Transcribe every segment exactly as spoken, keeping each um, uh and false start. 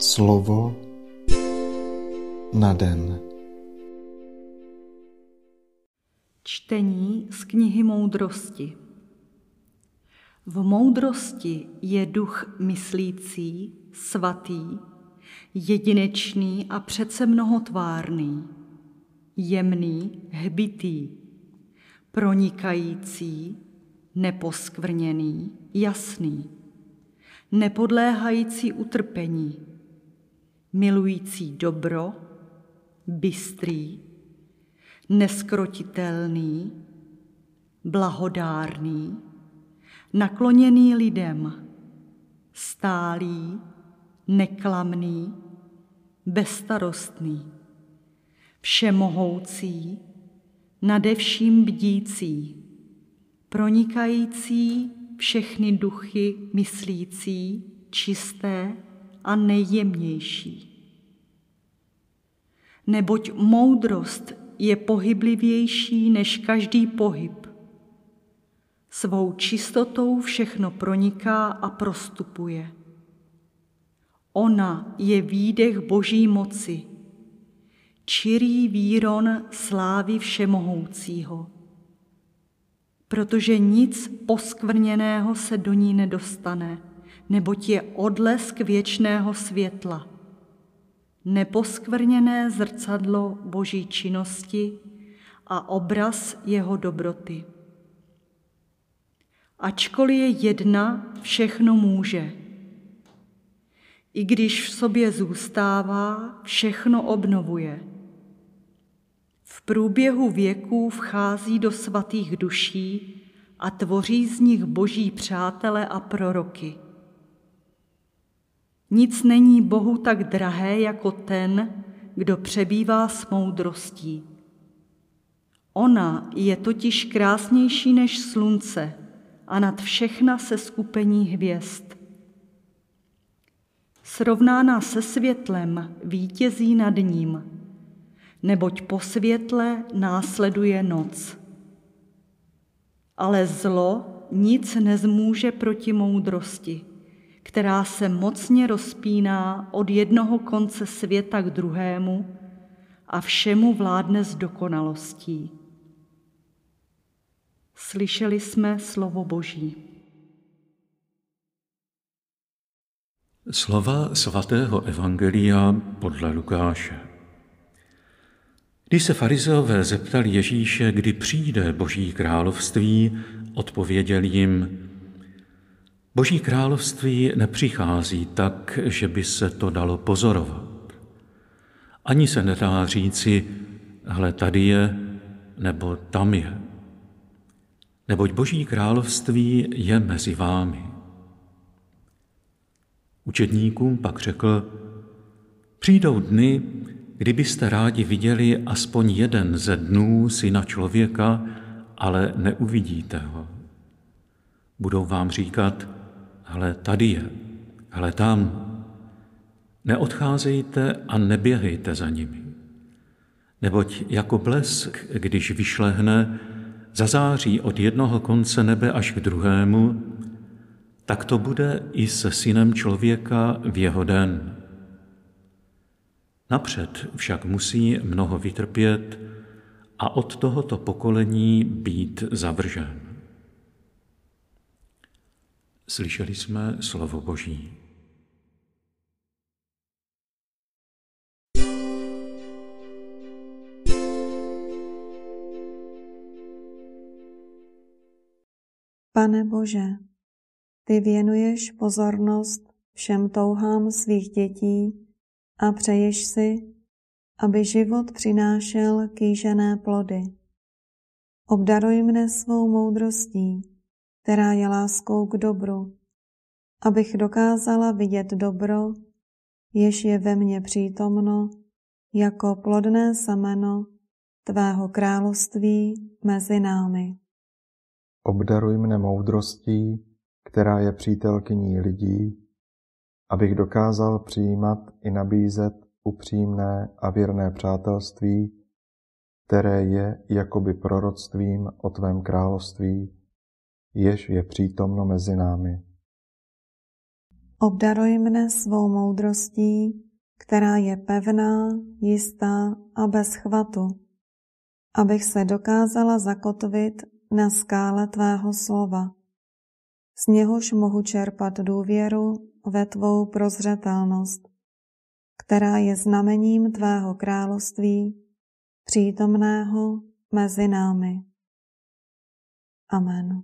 Slovo na den. Čtení z knihy Moudrosti. V moudrosti je duch myslící, svatý, jedinečný a přece mnohotvárný, jemný, hbitý, pronikající, neposkvrněný, jasný, nepodléhající utrpení, milující dobro, bystrý, neskrotitelný, blahodárný, nakloněný lidem, stálý, neklamný, bezstarostný, všemohoucí, nadevším bdící, pronikající všechny duchy myslící, čisté a nejjemnější. Neboť moudrost je pohyblivější než každý pohyb. Svou čistotou všechno proniká a prostupuje. Ona je výdech Boží moci, čirý výron slávy všemohoucího, protože nic poskvrněného se do ní nedostane, neboť je odlesk věčného světla, neposkvrněné zrcadlo Boží činnosti a obraz jeho dobroty. Ačkoliv je jedna, všechno může. I když v sobě zůstává, všechno obnovuje. V průběhu věků vchází do svatých duší a tvoří z nich Boží přátele a proroky. Nic není Bohu tak drahé jako ten, kdo přebývá s moudrostí. Ona je totiž krásnější než slunce a nad všechna seskupení hvězd. Srovnána se světlem vítězí nad ním, neboť po světle následuje noc. Ale zlo nic nezmůže proti moudrosti, která se mocně rozpíná od jednoho konce světa k druhému a všemu vládne s dokonalostí. Slyšeli jsme slovo Boží. Slova svatého evangelia podle Lukáše. Když se farizeové zeptali Ježíše, kdy přijde Boží království, odpověděl jim: Boží království nepřichází tak, že by se to dalo pozorovat. Ani se nedá říci, hle, tady je, nebo tam je. Neboť Boží království je mezi vámi. Učedníkům pak řekl: Přijdou dny, kdybyste rádi viděli aspoň jeden ze dnů Syna člověka, ale neuvidíte ho. Budou vám říkat: hle, tady je, hle, tam. Neodcházejte a neběhejte za nimi. Neboť jako blesk, když vyšlehne, zazáří od jednoho konce nebe až k druhému, tak to bude i se Synem člověka v jeho den. Napřed však musí mnoho vytrpět a od tohoto pokolení být zavržen. Slyšeli jsme slovo Boží. Pane Bože, Ty věnuješ pozornost všem touhám svých dětí a přeješ si, aby život přinášel kýžené plody. Obdaruj mne svou moudrostí, která je láskou k dobru, abych dokázala vidět dobro, jež je ve mně přítomno, jako plodné semeno Tvého království mezi námi. Obdaruj mne moudrostí, která je přítelkyní lidí, abych dokázal přijímat i nabízet upřímné a věrné přátelství, které je jakoby proroctvím o Tvém království, jež je přítomno mezi námi. Obdaruj mne svou moudrostí, která je pevná, jistá a bez chvatu, abych se dokázala zakotvit na skále tvého slova. Z něhož mohu čerpat důvěru ve tvou prozřetelnost, která je znamením tvého království, přítomného mezi námi. Amen.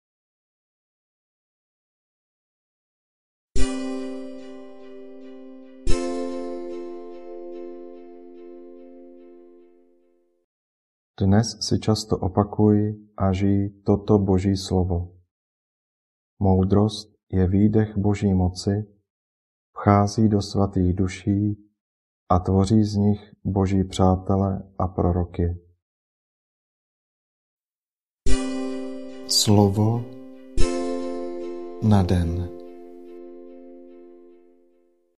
Dnes si často opakuj a žij toto Boží slovo. Moudrost je výdech Boží moci, vchází do svatých duší a tvoří z nich Boží přátele a proroky. Slovo na den.